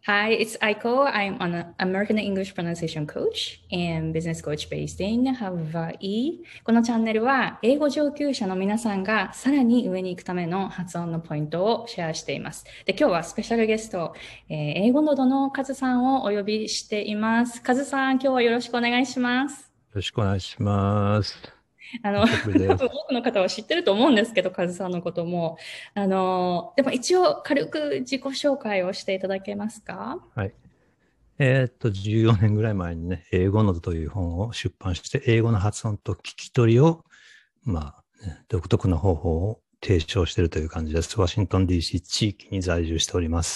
Hi, it's Aiko. I'm an American English pronunciation coach and business coach based in Hawaii. このチャンネルは英語上級者の皆さんがさらに上に行くための発音のポイントをシェアしています。で、今日はスペシャルゲスト、英語ノードのカズさんをお呼びしています。カズさん、今日はよろしくお願いします。 よろしくお願いします。 多分多くの方は知ってると思うんですけど、カズさんのことも。でも一応軽く自己紹介をしていただけますか？ はい。14年ぐらい前にね、英語ノートという本を出版して、英語の発音と聞き取りを、独特の方法を提唱しているという感じです。ワシントン DC 地域に在住しております。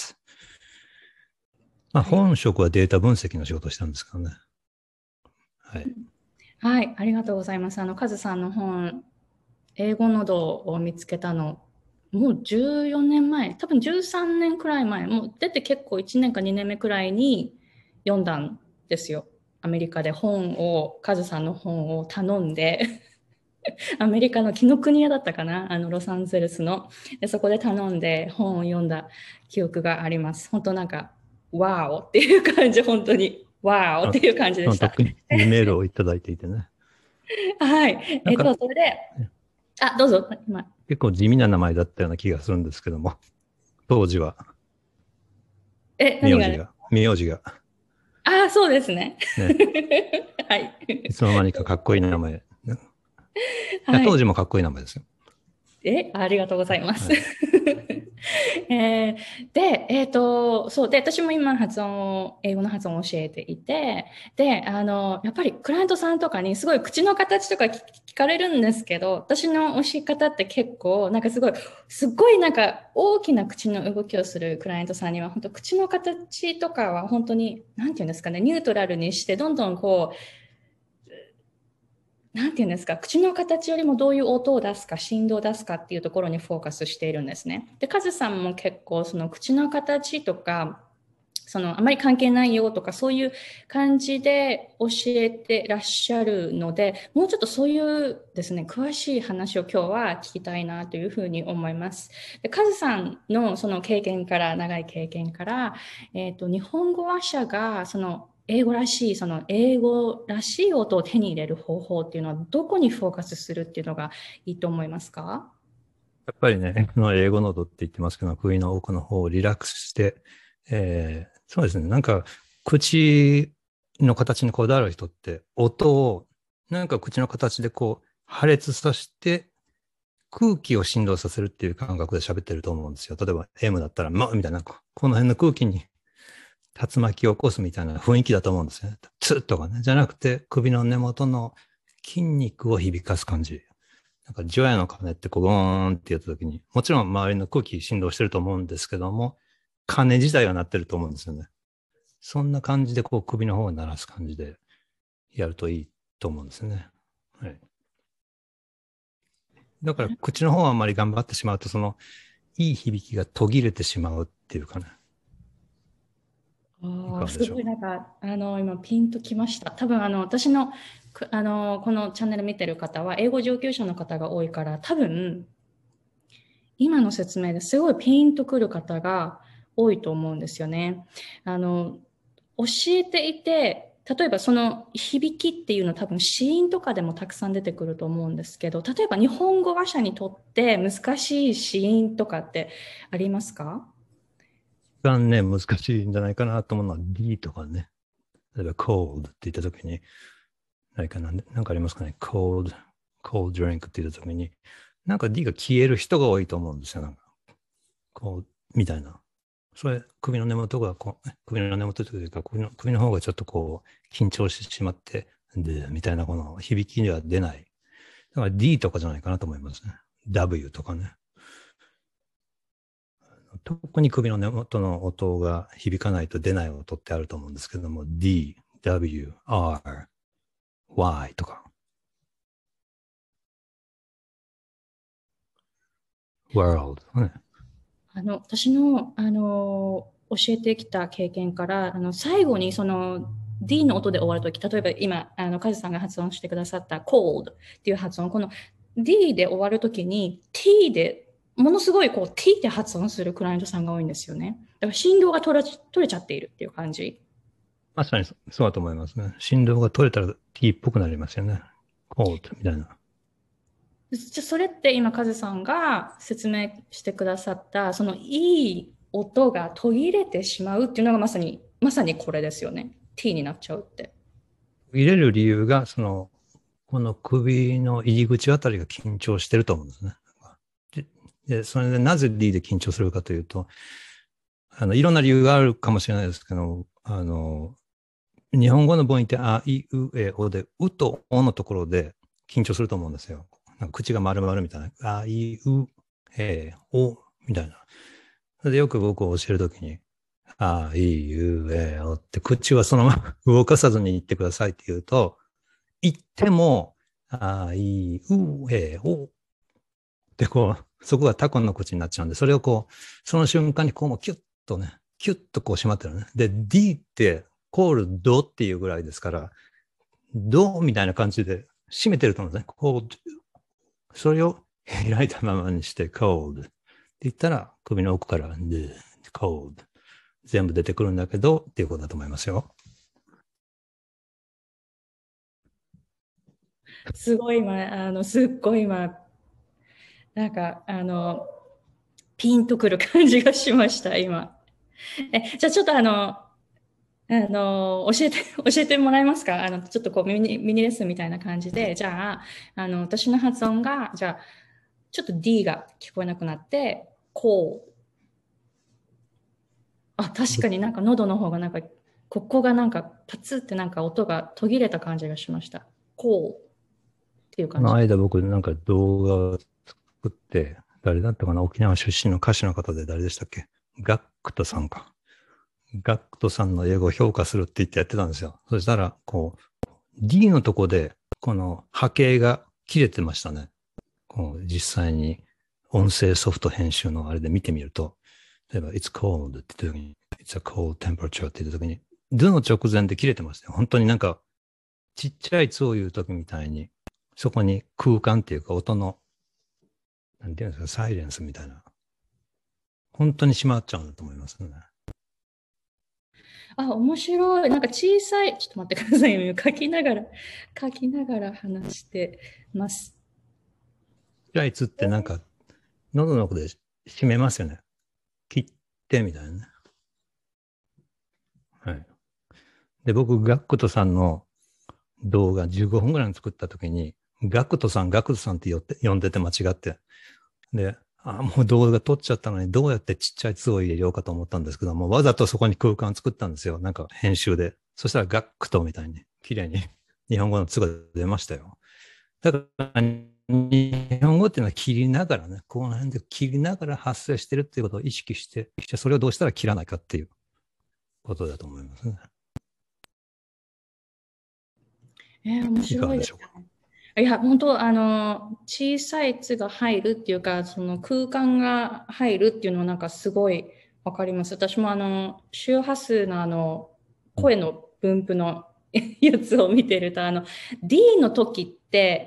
本職はデータ分析の仕事をしたんですけどね。はい。 はい、ありがとうございます。カズさんの本、英語ノートを見つけたの、もう14年前、多分13年くらい前、もう出て結構1年か2年目くらいに読んだんですよ。アメリカでカズさんの本を頼んで、アメリカの紀ノ国屋だったかな、ロサンゼルスの。で、そこで頼んで本を読んだ記憶があります。本当なんか、ワーオっていう感じ、本当に。ワーオっていう感じでした。 特にメールをいただいていてね。 はい。それで、どうぞ。今結構地味な名前だったような気がするんですけども、当時は。 何がね。 名字が。 そうですね。 ね。 はい。 いつの間にかかっこいい名前。 はい、 当時もかっこいい名前ですよ。 ありがとうございます。 はいそうで、私も今英語の発音を教えていて、で、やっぱりクライアントさんとかにすごい口の形とか聞かれるんですけど、私の教え方って結構、なんかすごいなんか大きな口の動きをするクライアントさんには、本当口の形とかは本当に、なんていうんですかね、ニュートラルにして、どんどんなんていうんですか、口の形よりもどういう音を出すか、振動を出すかっていうところにフォーカスしているんですね。で、カズさんも結構その口の形とか、あまり関係ないよとか、そういう感じで教えてらっしゃるので、もうちょっとそういうですね、詳しい話を今日は聞きたいなというふうに思います。で、カズさんのその長い経験から、日本語話者が英語らしい音を手に入れる方法っていうのはどこにフォーカスするっていうのがいいと思いますか？ やっぱりね、英語ノートって言ってますけど、首の奥の方をリラックスして、そうですね、なんか口の形にこだわる人って音をなんか口の形で破裂させて空気を振動させるっていう感覚で喋ってると思うんですよ。例えば M だったらみたいな、この辺の空気に竜巻を起こすみたいな雰囲気だと思うんですよね。ツッとかね。じゃなくて首の根元の筋肉を響かす感じ。なんか、除夜の鐘ってゴーンってやった時に、もちろん周りの空気振動してると思うんですけども、鐘自体は鳴ってると思うんですよね。そんな感じで首の方を鳴らす感じでやるといいと思うんですね。はい。だから口の方はあんまり頑張ってしまうと、いい響きが途切れてしまうっていうかね。いかがでしょう。 すごいなんか、今ピンときました。多分私の、このチャンネル見てる方は、英語上級者の方が多いから、多分、今の説明ですごいピンとくる方が多いと思うんですよね。教えていて、例えばその響きっていうのは多分子音とかでもたくさん出てくると思うんですけど、例えば日本語話者にとって難しい子音とかってありますか？ 一番ね、難しいんじゃないかなと思うのは D とかね。例えば cold って言った時に、なんかありますかね。cold drink って言った時に、なんか D が消える人が多いと思うんですよ。なんかみたいな。それ、首の根元が首の根元というか、首の方がちょっと緊張してしまって、みたいなこの響きには出ない。だから D とかじゃないかなと思いますね。W とかね。特に首の根元の音が響かないと出ない音ってあると思うんですけども、D、W、R、Y とか、World とかね。 私の、教えてきた経験から、最後にD の音で終わるとき、例えば今、カズさんが発音してくださった cold っていう発音、この D で終わるときに T でものすごいこう t で発音するクライアントさんが多いんですよね。だから振動が取れちゃっているっていう感じ。 まさにそうだと思いますね。振動が取れたら T っぽくなりますよね。コードみたいな。 じゃそれって今カズさんが説明してくださったそのいい音が途切れてしまうっていうのがまさにこれですよね。t になっちゃうって。 入れる理由が、この首の入り口あたりが緊張してると思うんですね。で、それでなぜ D で緊張するかというと、いろんな理由があるかもしれないですけど、日本語の母音ってあ、い、う、え、おで、うとおのところで緊張すると思うんですよ。なんか口が丸々みたいな。あ、い、う、お、みたいな。それでよく僕を教えるときに、あ、い、う、おって口はそのまま動かさずに言ってくださいって言うと、言っても、あ、い、う、おで、そこがタコの口になっちゃうんで、それをその瞬間にもうキュッとね、キュッと締まってるね。で、D ってコールドっていうぐらいですから、ドみたいな感じで締めてると思うんですね。コールド。それを開いたままにして、コールドって言ったら、首の奥から、コールド。全部出てくるんだけど、っていうことだと思いますよ。 すごい今、すっごい今、なんか、ピンとくる感じがしました、今。じゃあちょっと教えてもらえますか？ちょっとこうミニレッスンみたいな感じで、じゃあ、私の発音が、じゃあ、ちょっと D が聞こえなくなって、こう。あ、確かになんか喉の方がなんか、ここがなんかパツってなんか音が途切れた感じがしました。こうっていう感じ。 この間僕なんか動画を作って、誰だったかな、沖縄出身の歌手の方で誰でしたっけ、ガックトさんか。ガックトさんの英語を評価するって言ってやってたんですよ。そしたら、D のとこで、この波形が切れてましたね。実際に音声ソフト編集のあれで見てみると、例えば、It's cold って言った時に、It's a cold temperature って言った時に、Do の直前で切れてましたよ。本当になんか、ちっちゃい「つ」を言う時みたいに、そこに空間っていうか音の、なんていうんですか、サイレンスみたいな。本当に閉まっちゃうんだと思いますね。 あ、面白い。なんか小さい、ちょっと待ってください。書きながら話してます。 ちっちゃい「つ」ってなんか、喉の奥で閉めますよね。切ってみたいなね。はい。で、僕、ガクトさんの動画15分ぐらい作った時に、ガクトさんって呼んでて間違って。で、もう動画撮っちゃったのにどうやってちっちゃい「つ」を入れようかと思ったんですけども、わざとそこに空間を作ったんですよ。なんか編集で。そしたらガクトみたいに綺麗に日本語の「つ」が出ましたよ。だから日本語っていうのは切りながらね、この辺で切りながら発生してるっていうことを意識して、それをどうしたら切らないかっていうことだと思いますね。 面いか白いですがでしょうか。 ね。いや、本当、小さい「つ」が入るっていうか、その空間が入るっていうのはなんかすごいわかります。私も周波数の声の分布のやつを見てると、D の時って、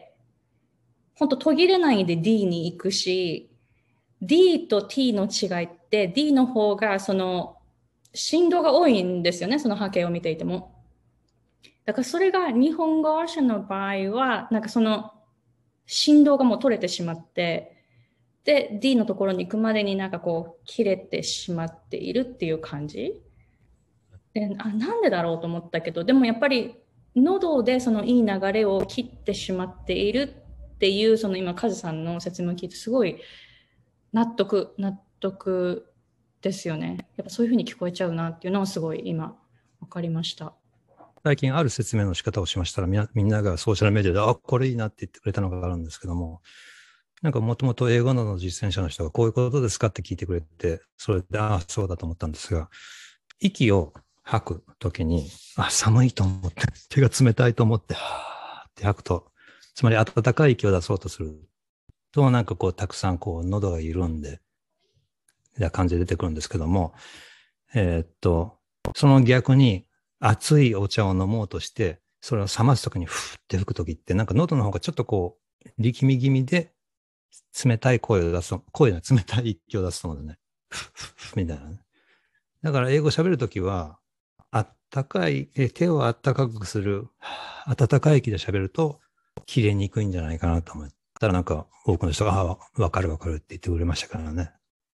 本当途切れないで D に行くし、D と T の違いって D の方がその振動が多いんですよね、その波形を見ていても。だからそれが日本語話者の場合は、なんかその振動がもう取れてしまって、で、D のところに行くまでになんかこう切れてしまっているっていう感じで、なんでだろうと思ったけど、でもやっぱり喉でそのいい流れを切ってしまっているっていう、その今カズさんの説明を聞いてすごい納得ですよね。やっぱそういうふうに聞こえちゃうなっていうのはすごい今分かりました。 最近ある説明の仕方をしましたら、みんながソーシャルメディアで、これいいなって言ってくれたのがあるんですけども、なんかもともと英語の実践者の人がこういうことですかって聞いてくれて、それで、そうだと思ったんですが、息を吐くときに、寒いと思って、手が冷たいと思って、はーって吐くと、つまり暖かい息を出そうとすると、なんかたくさん喉が緩んで、な感じで出てくるんですけども、その逆に熱いお茶を飲もうとして、それを冷ますときにふーって吹くときって、なんか喉の方がちょっと力み気味で冷たい声を出す、声の冷たい息を出すのでね、みたいなね。だから英語喋るときは、あったかい、手をあったかくする、温かい息で喋ると、切れにくいんじゃないかなと思ったら、なんか多くの人が、わかるわかるって言ってくれましたからね。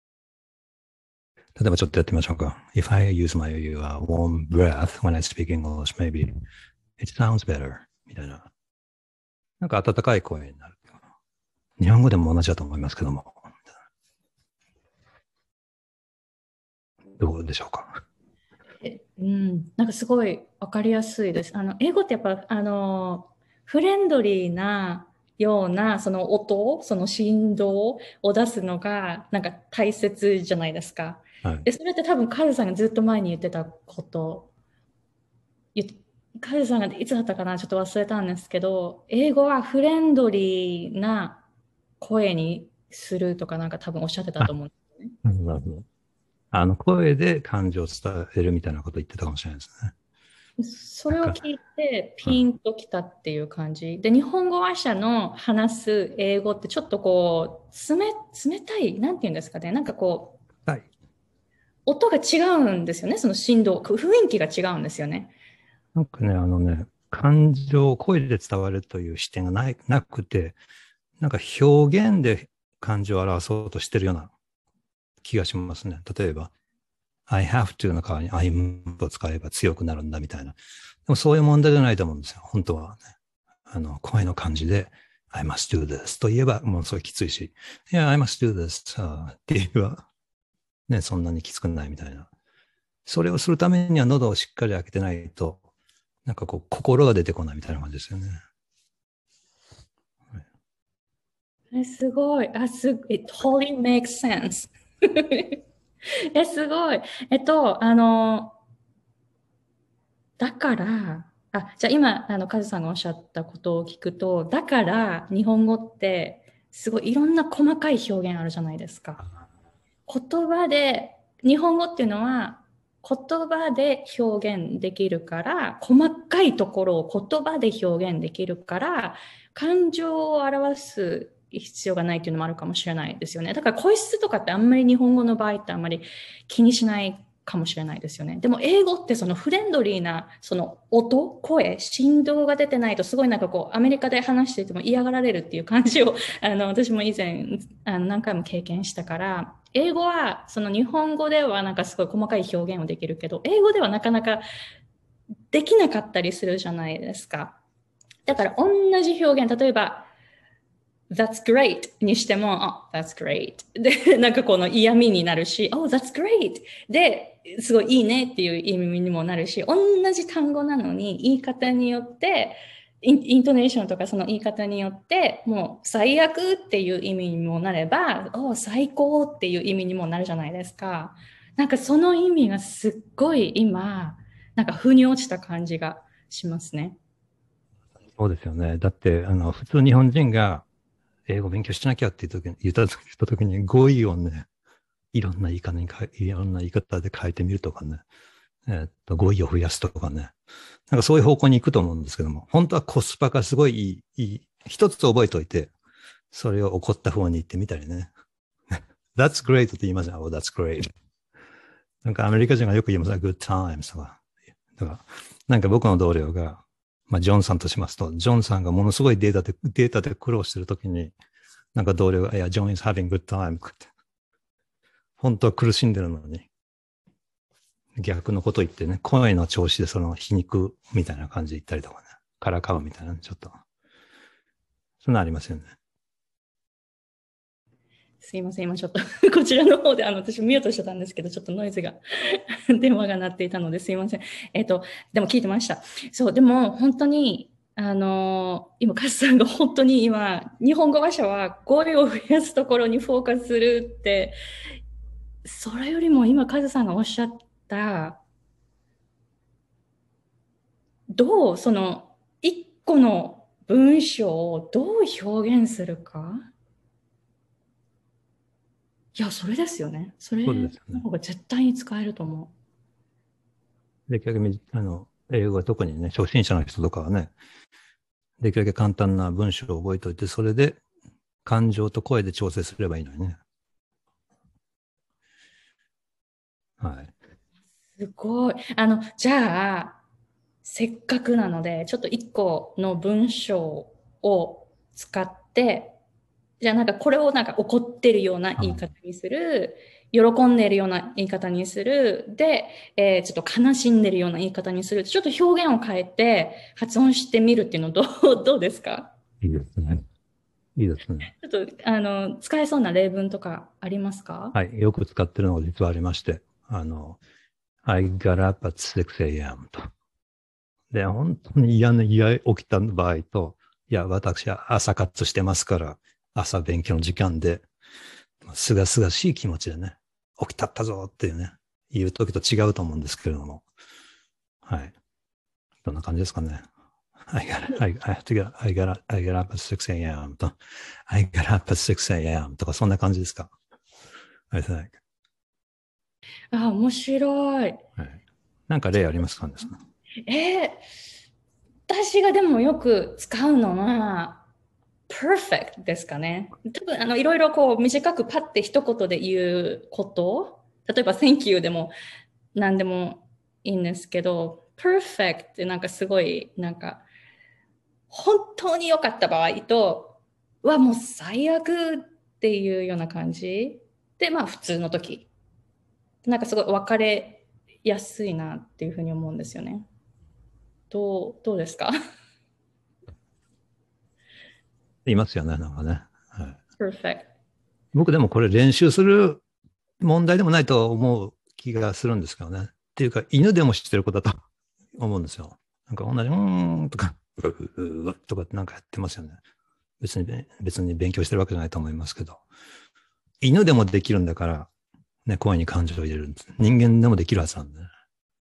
例えばちょっとやってみましょうか。If I use my warm breath when I speak English, maybe it sounds better. みたいな。なんか温かい声になる。日本語でも同じだと思いますけども。どうでしょうか。 なんかすごい分かりやすいです。英語ってやっぱフレンドリーなようなその音、その振動を出すのがなんか大切じゃないですか。 はい、 でそれって多分カズさんがずっと前に言ってたこと、カズさんがいつだったかなちょっと忘れたんですけど、英語はフレンドリーな声にするとかなんか多分おっしゃってたと思うんですよね。 なるほど。声で感情を伝えるみたいなことを言ってたかもしれないですね。 それを聞いてピンときたっていう感じ。で、日本語話者の話す英語ってちょっとこう、冷たい、なんて言うんですかね。なんかこう、 はい、 音が違うんですよね。その振動、雰囲気が違うんですよね。 なんかね、感情を声で伝わるという視点がなくて、なんか表現で感情を表そうとしてるような気がしますね。例えば、I have to の代わりに I'm を使えば強くなるんだみたいな。でもそういう問題じゃないと思うんですよ。本当はね。声の感じで I must do this と言えばもうそれきついし、いや、I must do this、って言えばね、そんなにきつくないみたいな。それをするためには喉をしっかり開けてないと、なんかこう、心が出てこないみたいな感じですよね。 すごい。it totally makes sense. すごい。だから、じゃあ今、カズさんがおっしゃったことを聞くと、だから日本語ってすごいいろんな細かい表現あるじゃないですか。言葉で、日本語っていうのは言葉で表現できるから、細かいところを言葉で表現できるから、感情を表す必要がないっていうのもあるかもしれないですよね。だから声質とかってあんまり日本語の場合ってあんまり気にしないかもしれないですよね。でも英語ってそのフレンドリーなその音、声、振動が出てないとすごいなんかこうアメリカで話していても嫌がられるっていう感じを私も以前何回も経験したから、英語はその日本語ではなんかすごい細かい表現をできるけど、英語ではなかなかできなかったりするじゃないですか。だから同じ表現、例えばThat's great にしても、oh, that's great で、なんかこの嫌味になるし、oh, that's great で、すごいいいねっていう意味にもなるし、同じ単語なのに言い方によって、イントネーションとかその言い方によって、もう最悪っていう意味にもなれば、oh, 最高っていう意味にもなるじゃないですか。なんかその意味がすっごい今、なんか腑に落ちた感じがしますね。 そうですよね。だって、普通日本人が英語勉強しなきゃって言った時に語彙をね、いろんな言い方で変えてみるとかね、語彙を増やすとかね、なんかそういう方向に行くと思うんですけども、本当はコスパがすごいいい、一つ覚えておいて、それを怒った方に行ってみたりね。That's great って言いますね。Oh, that's great. なんかアメリカ人がよく言いますね。Good times とか。だからなんか僕の同僚が、まあ、ジョンさんとしますと、ジョンさんがものすごいデータで苦労してるときに、なんか同僚が、いや、ジョン is having good time って。本当は苦しんでるのに、逆のこと言ってね、声の調子でその皮肉みたいな感じで言ったりとかね、からかうみたいな、ちょっと。そんなありますよね。 すいません、今ちょっとこちらの方で私ミュートしてたんですけど、ちょっとノイズが電話が鳴っていたのですいません。でも聞いてました。そう、でも本当に、今、カズさんが本当に今、日本語話者は語彙を増やすところにフォーカスするって、それよりも今、カズさんがおっしゃった、その、一個の文章をどう表現するか。いや、それですよね。それの方が絶対に使えると思う。できるだけ、英語は特にね、初心者の人とかはね、できるだけ簡単な文章を覚えておいて、それで感情と声で調整すればいいのにね。はい。 すごい。じゃあ、せっかくなので、ちょっと一個の文章を使って、じゃあなんかこれをなんか怒ってるような言い方にする、喜んでるような言い方にする、で、ちょっと悲しんでるような言い方にする、ちょっと表現を変えて発音してみるっていうのどうですか？ いいですね。いいですね。 ちょっと、使えそうな例文とかありますか？ はい。よく使ってるのが実はありまして、I got up at 6 a.m. と。で、本当に嫌起きた場合と、いや、私は朝活してますから、朝勉強の時間で、すがすがしい気持ちでね、起きたったぞっていうね、言う時と違うと思うんですけれども、はい。どんな感じですかね。I got up at 6 a.m. と、I got up at 6 a.m. とか、そんな感じですか。I think. あ、面白い。 はい。なんか例ありますかね。 私がでもよく使うのは、perfect ですかね。多分、いろいろこう短くパッて一言で言うこと、例えば Thank you でも何でもいいんですけど、perfect ってなんかすごい、なんか、本当に良かった場合と、もう最悪っていうような感じで、まあ普通の時。なんかすごい分かれやすいなっていうふうに思うんですよね。どうですか？ いますよね、なんかね。はい。 ?perfect。 僕でもこれ練習する問題でもないと思う気がするんですけどね。っていうか、犬でも知ってることだと思うんですよ。なんか同じ、とか、とかってなんかやってますよね。別に勉強してるわけじゃないと思いますけど。犬でもできるんだから、ね、声に感情を入れるんです。人間でもできるはずなんで、ね。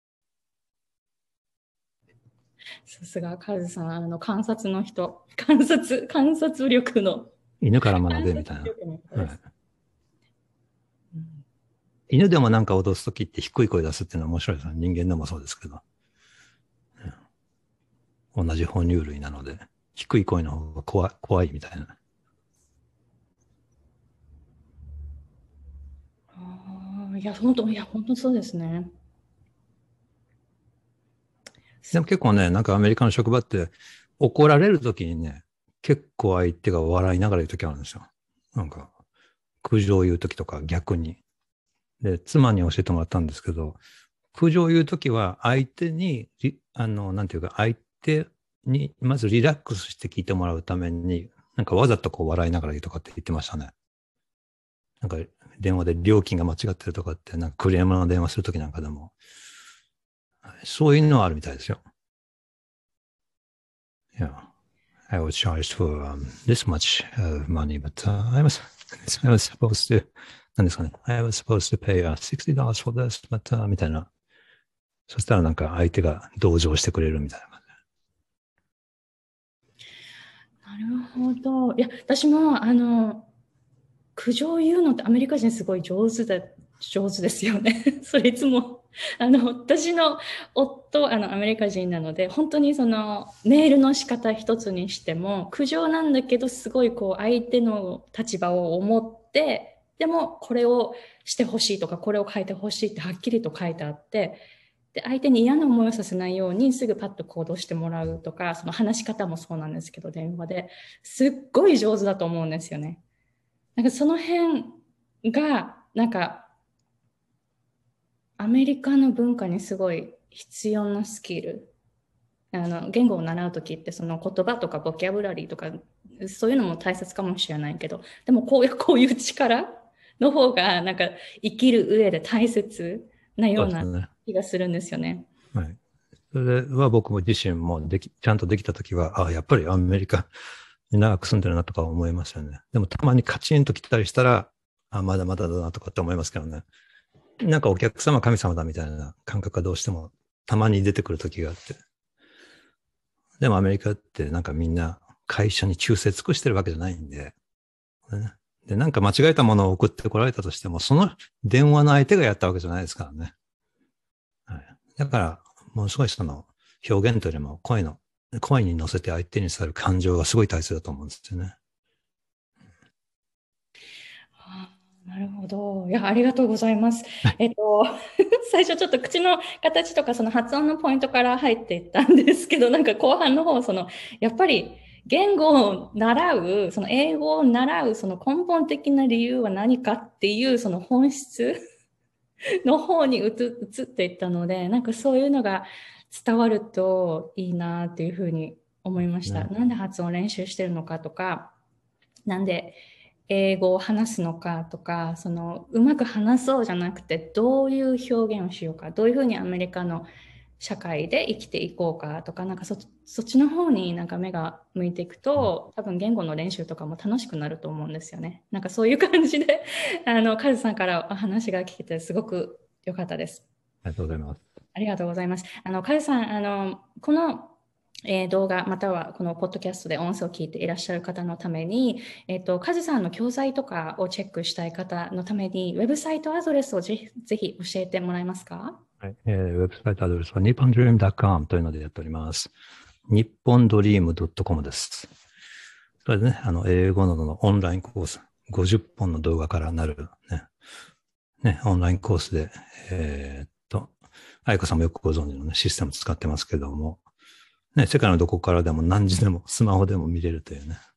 さすがカズさん、観察の人、観察力の、 犬から学観察べみたいな。 力の人はい。 です。うん、 犬でもなんか脅すときって低い声出すっていうのは面白いですね。人間でもそうですけど。同じ哺乳類なので、低い声の方が怖いみたいな。 いや、本当そうですね。 でも結構ね、なんかアメリカの職場って怒られるときにね、結構相手が笑いながら言うときあるんですよ。なんか、苦情を言うときとか逆に。で、妻に教えてもらったんですけど、苦情を言うときは相手に、なんていうか、相手にまずリラックスして聞いてもらうために、なんかわざとこう笑いながら言うとかって言ってましたね。なんか電話で料金が間違ってるとかって、なんかクレームの電話するときなんかでも、そういうのはあるみたいですよ。Yeah. I was charged for this much money, but I was supposed to, 何ですかね。I was supposed to pay $60 for this, but みたいな。そしたらなんか相手が同情してくれるみたいな感なるほど。いや、私も、苦情を言うのってアメリカ人すごい上手ですよね。それいつも、私の夫、アメリカ人なので、本当にその、メールの仕方一つにしても、苦情なんだけど、すごいこう、相手の立場を思って、でも、これをしてほしいとか、これを書いてほしいってはっきりと書いてあって、で、相手に嫌な思いをさせないように、すぐパッと行動してもらうとか、その話し方もそうなんですけど、電話で、すっごい上手だと思うんですよね。なんかその辺が、なんかアメリカの文化にすごい必要なスキル。言語を習うときってその言葉とかボキャブラリーとかそういうのも大切かもしれないけど、でもこういう力の方がなんか生きる上で大切なじ。そようなうですね。 気がするんですよね。 はい。それは僕も自身もちゃんとできたときは、やっぱりアメリカに長く住んでるなとか思いますよね。でもたまにカチンと来たりしたら、まだまだだなとかって思いますけどね。なんかお客様神様だみたいな感覚がどうしてもたまに出てくるときがあって。でもアメリカってなんかみんな会社に忠誠尽くしてるわけじゃないんで、ね。で、なんか間違えたものを送ってこられたとしても、その電話の相手がやったわけじゃないですからね。はい。だから、ものすごいその表現というよりも声に乗せて相手に伝わる感情がすごい大切だと思うんですよね。 なるほど。いや、ありがとうございます。 はい。 最初ちょっと口の形とかその発音のポイントから入っていったんですけど、なんか後半の方、やっぱり言語を習う、その英語を習う、その根本的な理由は何かっていう、その本質の方に移っていったので、なんかそういうのが伝わるといいなっていうふうに思いました。 ね。 なんで発音練習してるのかとか、なんで英語を話すのかとか、うまく話そうじゃなくて、どういう表現をしようか、どういうふうにアメリカの社会で生きていこうかとか、なんかそっちの方になんか目が向いていくと、多分言語の練習とかも楽しくなると思うんですよね。なんかそういう感じで、カズさんからお話が聞けてすごく良かったです。 ありがとうございます。 ありがとうございます。カズさん、この、動画またはこのポッドキャストで音声を聞いていらっしゃる方のために、カズさんの教材とかをチェックしたい方のために、ウェブサイトアドレスをぜひ教えてもらえますか？ はい。ウェブサイトアドレスは nippondream.com というのでやっております。日本ドリーム .com です。それでね、英語などのオンラインコース、50本の動画からなるオンラインコースで、愛子さんもよくご存知のね、システム使ってますけども、ね、世界のどこからでも何時でもスマホでも見れるというね、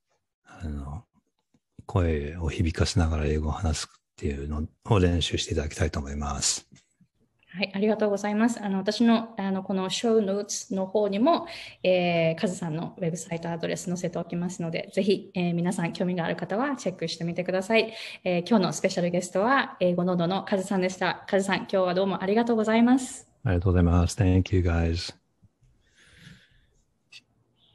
声を響かせながら英語を話すっていうのを練習していただきたいと思います。 はい、ありがとうございます。私の、このショーノーツの方にも、カズさんのウェブサイトアドレス載せておきますので、ぜひ、皆さん興味がある方はチェックしてみてください。今日のスペシャルゲストは、英語ノードのカズさんでした。カズさん、今日はどうもありがとうございます。 ありがとうございます。Thank you guys.